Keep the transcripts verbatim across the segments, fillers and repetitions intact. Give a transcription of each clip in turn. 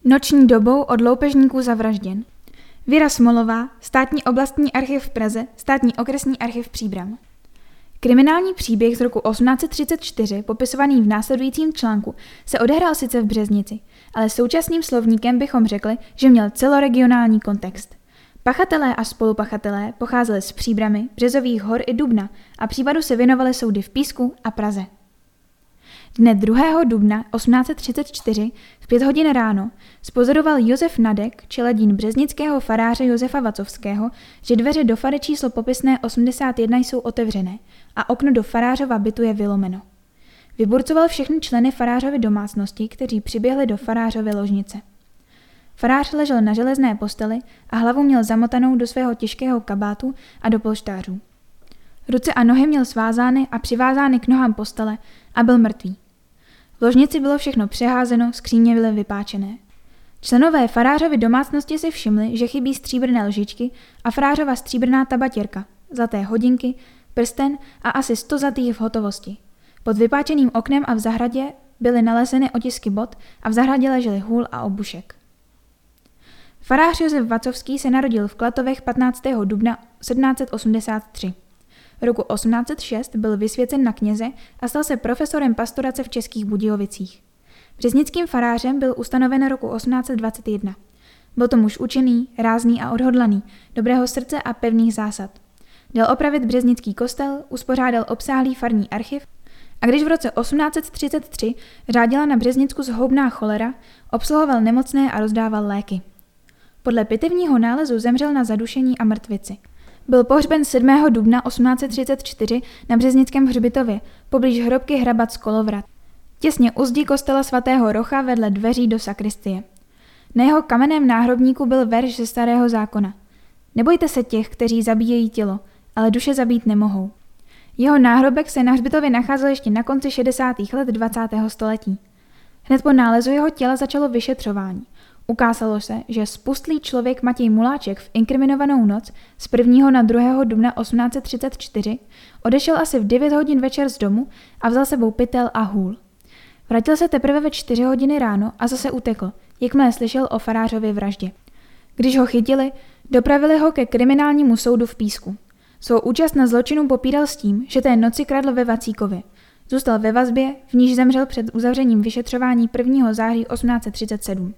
Noční dobou od loupežníků zavražděn. Věra Smolová, Státní oblastní archiv v Praze, Státní okresní archiv Příbram. Kriminální příběh z roku osmnáct set třicet čtyři, popisovaný v následujícím článku, se odehrál sice v Březnici, ale současným slovníkem bychom řekli, že měl celoregionální kontext. Pachatelé a spolupachatelé pocházeli z Příbrami, Březových hor i Dubna a případu se věnovaly soudy v Písku a Praze. Dne druhého dubna osmnáct set třicet čtyři v pět hodin ráno spozoroval Josef Nadek, čeladín březnického faráře Josefa Vacovského, že dveře do fary číslo popisné osmdesát jedna jsou otevřené a okno do farářova bytu je vylomeno. Vyburcoval všechny členy farářovy domácnosti, kteří přiběhli do farářovy ložnice. Farář ležel na železné posteli a hlavu měl zamotanou do svého těžkého kabátu a do polštářů. Ruce a nohy měl svázány a přivázány k nohám postele a byl mrtvý. V ložnici bylo všechno přeházeno, skříně byly vypáčené. Členové farářovy domácnosti si všimli, že chybí stříbrné lžičky a farářova stříbrná tabatěrka, zlaté hodinky, prsten a asi sto zlatých v hotovosti. Pod vypáčeným oknem a v zahradě byly nalezeny otisky bot a v zahradě ležely hůl a obušek. Farář Josef Vacovský se narodil v Klatovech patnáctého dubna sedmnáct set osmdesát tři. Roku osmnáct set šest byl vysvěcen na kněze a stal se profesorem pastorace v Českých Budějovicích. Březnickým farářem byl ustanoven roku osmnáct set dvacet jedna. Byl to muž učený, rázný a odhodlaný, dobrého srdce a pevných zásad. Dal opravit březnický kostel, uspořádal obsáhlý farní archiv a když v roce osmnáct set třicet tři řádila na Březnicku zhoubná cholera, obsluhoval nemocné a rozdával léky. Podle pitevního nálezu zemřel na zadušení a mrtvici. Byl pohřben sedmého dubna osmnáct set třicet čtyři na Březnickém hřbitově, poblíž hrobky hrabat z Kolovrat. Těsně u zdi kostela svatého Rocha vedle dveří do sakristie. Na jeho kamenném náhrobníku byl verš ze Starého zákona. Nebojte se těch, kteří zabíjejí tělo, ale duše zabít nemohou. Jeho náhrobek se na hřbitově nacházel ještě na konci šedesátých let dvacátého století. Hned po nálezu jeho těla začalo vyšetřování. Ukázalo se, že spustlý člověk Matěj Muláček v inkriminovanou noc z prvního na druhého dubna osmnáct set třicet čtyři odešel asi v devět hodin večer z domu a vzal sebou pytel a hůl. Vrátil se teprve ve čtyři hodiny ráno a zase utekl, jakmile slyšel o farářově vraždě. Když ho chytili, dopravili ho ke kriminálnímu soudu v Písku. Svou účast na zločinu popíral s tím, že té noci kradl ve Vacíkově. Zůstal ve vazbě, v níž zemřel před uzavřením vyšetřování prvního září osmnáct set třicet sedm.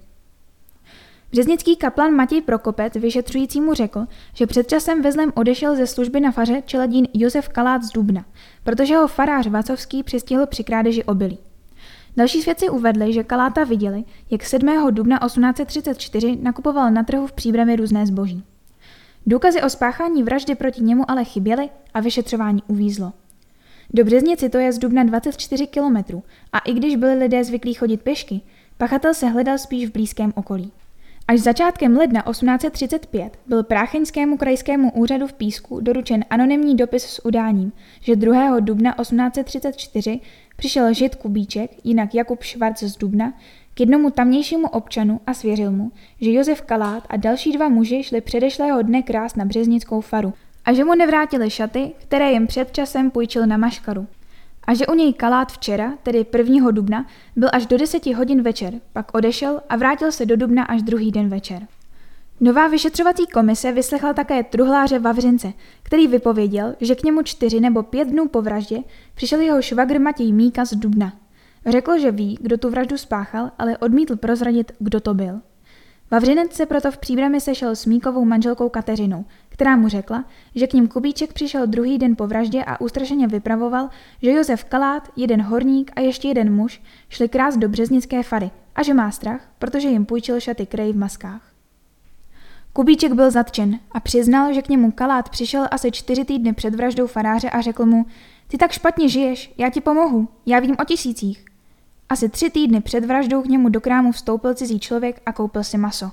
Březnický kaplan Matěj Prokopec vyšetřujícímu řekl, že před časem ve zlém odešel ze služby na faře čeladín Josef Kalát z Dubna, protože ho farář Vacovský přistihl při krádeži obilí. Další svědci uvedli, že Kaláta viděli, jak sedmého dubna osmnáct set třicet čtyři nakupoval na trhu v Příbrami různé zboží. Důkazy o spáchání vraždy proti němu ale chyběly a vyšetřování uvízlo. Do Březnici to je z Dubna dvacet čtyři kilometrů a i když byli lidé zvyklí chodit pěšky, pachatel se hledal spíš v blízkém okolí. Až začátkem ledna osmnáct set třicet pět byl Prácheňskému krajskému úřadu v Písku doručen anonymní dopis s udáním, že druhého dubna osmnáct set třicet čtyři přišel Žid Kubíček, jinak Jakub Švarc z Dubna, k jednomu tamnějšímu občanu a svěřil mu, že Josef Kalát a další dva muži šli předešlého dne krást na Březnickou faru a že mu nevrátili šaty, které jim před časem půjčil na maškaru. A že u něj Kalát včera, tedy prvního dubna, byl až do deseti hodin večer, pak odešel a vrátil se do Dubna až druhý den večer. Nová vyšetřovací komise vyslechla také truhláře Vavřince, který vypověděl, že k němu čtyři nebo pět dnů po vraždě přišel jeho švagr Matěj Míka z Dubna. Řekl, že ví, kdo tu vraždu spáchal, ale odmítl prozradit, kdo to byl. Vavřinec se proto v Příbrami sešel s Míkovou manželkou Kateřinou, která mu řekla, že k ním Kubíček přišel druhý den po vraždě a ústrašeně vypravoval, že Josef Kalát, jeden horník a ještě jeden muž šli krást do Březnické fary a že má strach, protože jim půjčil šaty Krej v maskách. Kubíček byl zatčen a přiznal, že k němu Kalát přišel asi čtyři týdny před vraždou faráře a řekl mu: "Ty tak špatně žiješ, já ti pomohu, já vím o tisících." Asi tři týdny před vraždou k němu do krámu vstoupil cizí člověk a koupil si maso.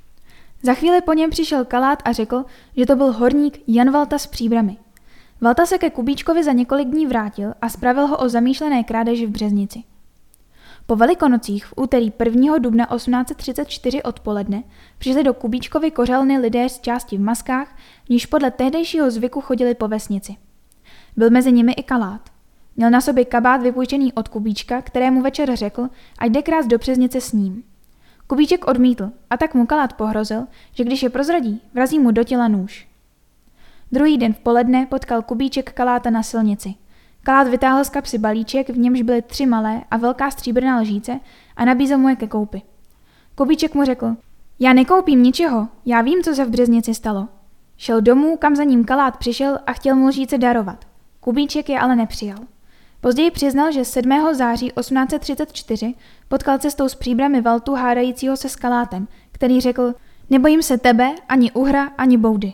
Za chvíli po něm přišel Kalát a řekl, že to byl horník Jan Valta z Příbrami. Valta se ke Kubíčkovi za několik dní vrátil a spravil ho o zamýšlené krádeži v Březnici. Po Velikonocích v úterý prvního dubna osmnáct set třicet čtyři odpoledne přišli do Kubíčkovy kořelny lidé z části v maskách, níž podle tehdejšího zvyku chodili po vesnici. Byl mezi nimi i Kalát. Měl na sobě kabát vypůjčený od Kubíčka, kterému večer řekl, ať jde krást do Březnice s ním. Kubíček odmítl a tak mu Kalát pohrozil, že když je prozradí, vrazí mu do těla nůž. Druhý den v poledne potkal Kubíček Kaláta na silnici. Kalát vytáhl z kapsy balíček, v němž byly tři malé a velká stříbrná lžíce a nabízel mu je ke koupi. Kubíček mu řekl: Já nekoupím ničeho, já vím, co se v Březnici stalo. Šel domů, kam za ním Kalát přišel a chtěl mu lžíce darovat. Kubíček je ale nepřijal. Později přiznal, že sedmého září osmnáct set třicet čtyři potkal cestou s příbrami Valtu hádajícího se s Kalátem, který řekl: Nebojím se tebe, ani Uhra, ani Boudy.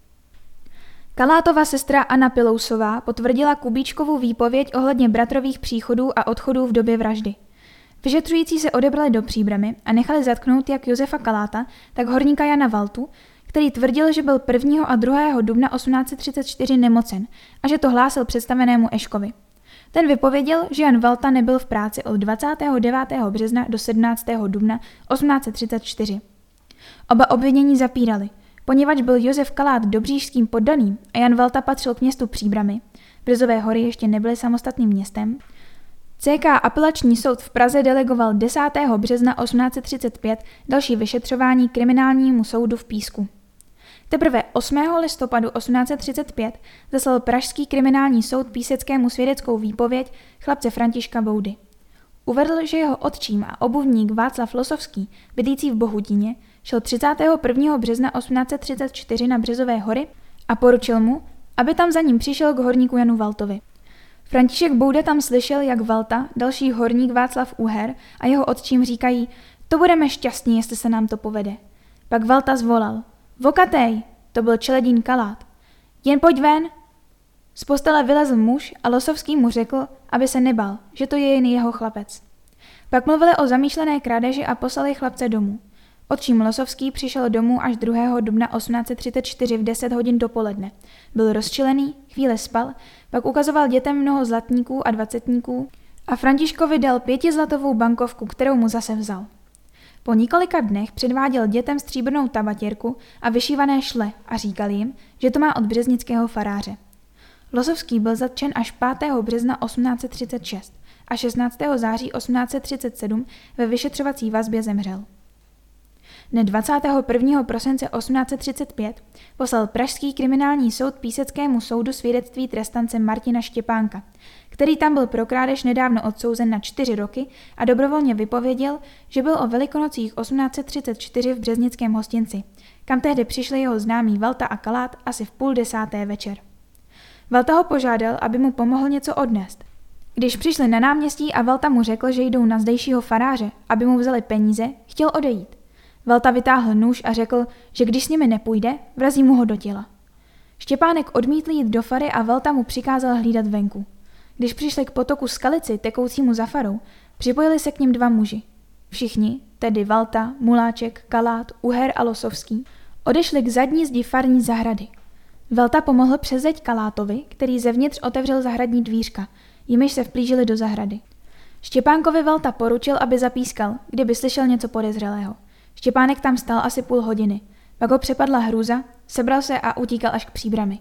Kalátova sestra Anna Pilousová potvrdila Kubíčkovu výpověď ohledně bratrových příchodů a odchodů v době vraždy. Vyšetřující se odebrali do Příbrami a nechali zatknout jak Josefa Kaláta, tak horníka Jana Valtu, který tvrdil, že byl prvního a druhého dubna osmnáct set třicet čtyři nemocen a že to hlásil představenému Eškovi. Ten vypověděl, že Jan Valta nebyl v práci od dvacátého devátého března do sedmnáctého dubna osmnáct set třicet čtyři. Oba obvinění zapírali, poněvadž byl Josef Kalát dobříšským poddaným a Jan Valta patřil k městu Příbramy, Březové hory ještě nebyly samostatným městem. C K apelační soud v Praze delegoval desátého března osmnáct set třicet pět další vyšetřování kriminálnímu soudu v Písku. Teprve osmého listopadu osmnáct set třicet pět zaslal pražský kriminální soud píseckému svědeckou výpověď chlapce Františka Boudy. Uvedl, že jeho otčím a obuvník Václav Losovský, bydlící v Bohudíně, šel třicátého prvního března osmnáct set třicet čtyři na Březové hory a poručil mu, aby tam za ním přišel k horníku Janu Valtovi. František Bouda tam slyšel, jak Valta, další horník Václav Uher a jeho otčím říkají: To budeme šťastní, jestli se nám to povede. Pak Valta zvolal: Vokatej, to byl čeledín Kalát. Jen pojď ven. Z postele vylezl muž a Losovský mu řekl, aby se nebal, že to je jen jeho chlapec. Pak mluvili o zamýšlené krádeži a poslali chlapce domů. Otčím Losovský přišel domů až druhého dubna osmnáct set třicet čtyři v deset hodin dopoledne. Byl rozčilený, chvíli spal, pak ukazoval dětem mnoho zlatníků a dvacetníků a Františkovi dal pětizlatovou bankovku, kterou mu zase vzal. Po několika dnech předváděl dětem stříbrnou tabatiérku a vyšívané šle a říkal jim, že to má od březnického faráře. Losovský byl zatčen až pátého března osmnáct set třicet šest a šestnáctého září osmnáct set třicet sedm ve vyšetřovací vazbě zemřel. Dne dvacátého prvního prosince osmnáct set třicet pět poslal pražský kriminální soud píseckému soudu svědectví trestance Martina Štěpánka, který tam byl pro krádež nedávno odsouzen na čtyři roky a dobrovolně vypověděl, že byl o Velikonocích osmnáct set třicet čtyři v Březnickém hostinci, kam tehdy přišli jeho známí Valta a Kalát asi v půl desáté večer. Valta ho požádal, aby mu pomohl něco odnést. Když přišli na náměstí a Valta mu řekl, že jdou na zdejšího faráře, aby mu vzali peníze, chtěl odejít. Valta vytáhl nůž a řekl, že když s nimi nepůjde, vrazí mu ho do těla. Štěpánek odmítl jít do fary a Valta mu přikázal hlídat venku. Když přišli k potoku Skalici tekoucímu za farou, připojili se k nim dva muži. Všichni, tedy Valta, Muláček, Kalát, Uher a Losovský, odešli k zadní zdi farní zahrady. Valta pomohl přes zeď Kalátovi, který zevnitř otevřel zahradní dvířka, jimiž se vplížili do zahrady. Štěpánkovi Valta poručil, aby zapískal, kdyby slyšel něco podezřelého. Štěpánek tam stál asi půl hodiny, pak ho přepadla hrůza, sebral se a utíkal až k Příbrami.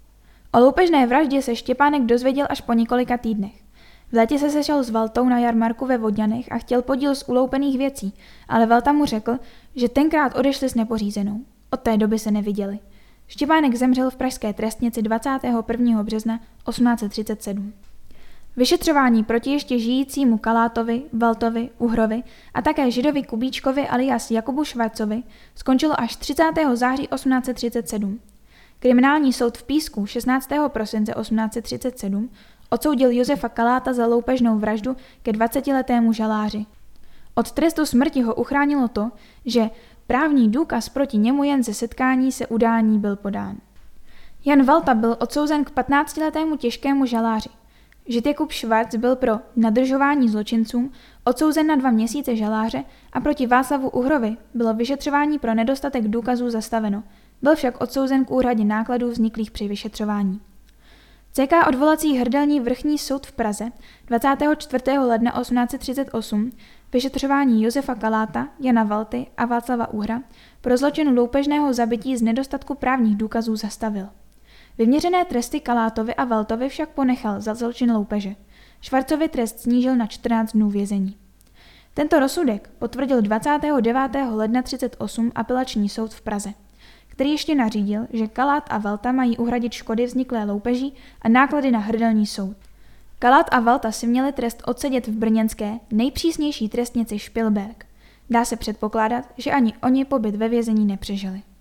O loupežné vraždě se Štěpánek dozvěděl až po několika týdnech. V létě se sešel s Valtou na jarmarku ve Vodňanech a chtěl podíl z uloupených věcí, ale Valta mu řekl, že tenkrát odešli s nepořízenou. Od té doby se neviděli. Štěpánek zemřel v pražské trestnici dvacátého prvního března osmnáct set třicet sedm. Vyšetřování proti ještě žijícímu Kalátovi, Valtovi, Uhrovi a také židovi Kubíčkovi alias Jakubu Švarcovi skončilo až třicátého září osmnáct set třicet sedm. Kriminální soud v Písku šestnáctého prosince osmnáct set třicet sedm odsoudil Josefa Kaláta za loupežnou vraždu ke dvacetiletému žaláři. Od trestu smrti ho uchránilo to, že právní důkaz proti němu jen ze setkání se udání byl podán. Jan Valta byl odsouzen k patnáctiletému těžkému žaláři. Žid Jakub Švarc byl pro nadržování zločincům odsouzen na dva měsíce žaláře a proti Václavu Uhrovi bylo vyšetřování pro nedostatek důkazů zastaveno. Byl však odsouzen k úhradě nákladů vzniklých při vyšetřování. C K odvolací hrdelní vrchní soud v Praze dvacátého čtvrtého ledna osmnáct set třicet osm vyšetřování Josefa Kaláta, Jana Valty a Václava Uhra pro zločin loupežného zabití z nedostatku právních důkazů zastavil. Vyměřené tresty Kalátovi a Valtovi však ponechal za zločin loupeže. Švarcovi trest snížil na čtrnáct dnů vězení. Tento rozsudek potvrdil dvacátého devátého ledna třicet osm apelační soud v Praze, který ještě nařídil, že Kalát a Valta mají uhradit škody vzniklé loupeží a náklady na hrdelní soud. Kalát a Valta si měli trest odsedět v brněnské nejpřísnější trestnici Špilberk. Dá se předpokládat, že ani oni pobyt ve vězení nepřežili.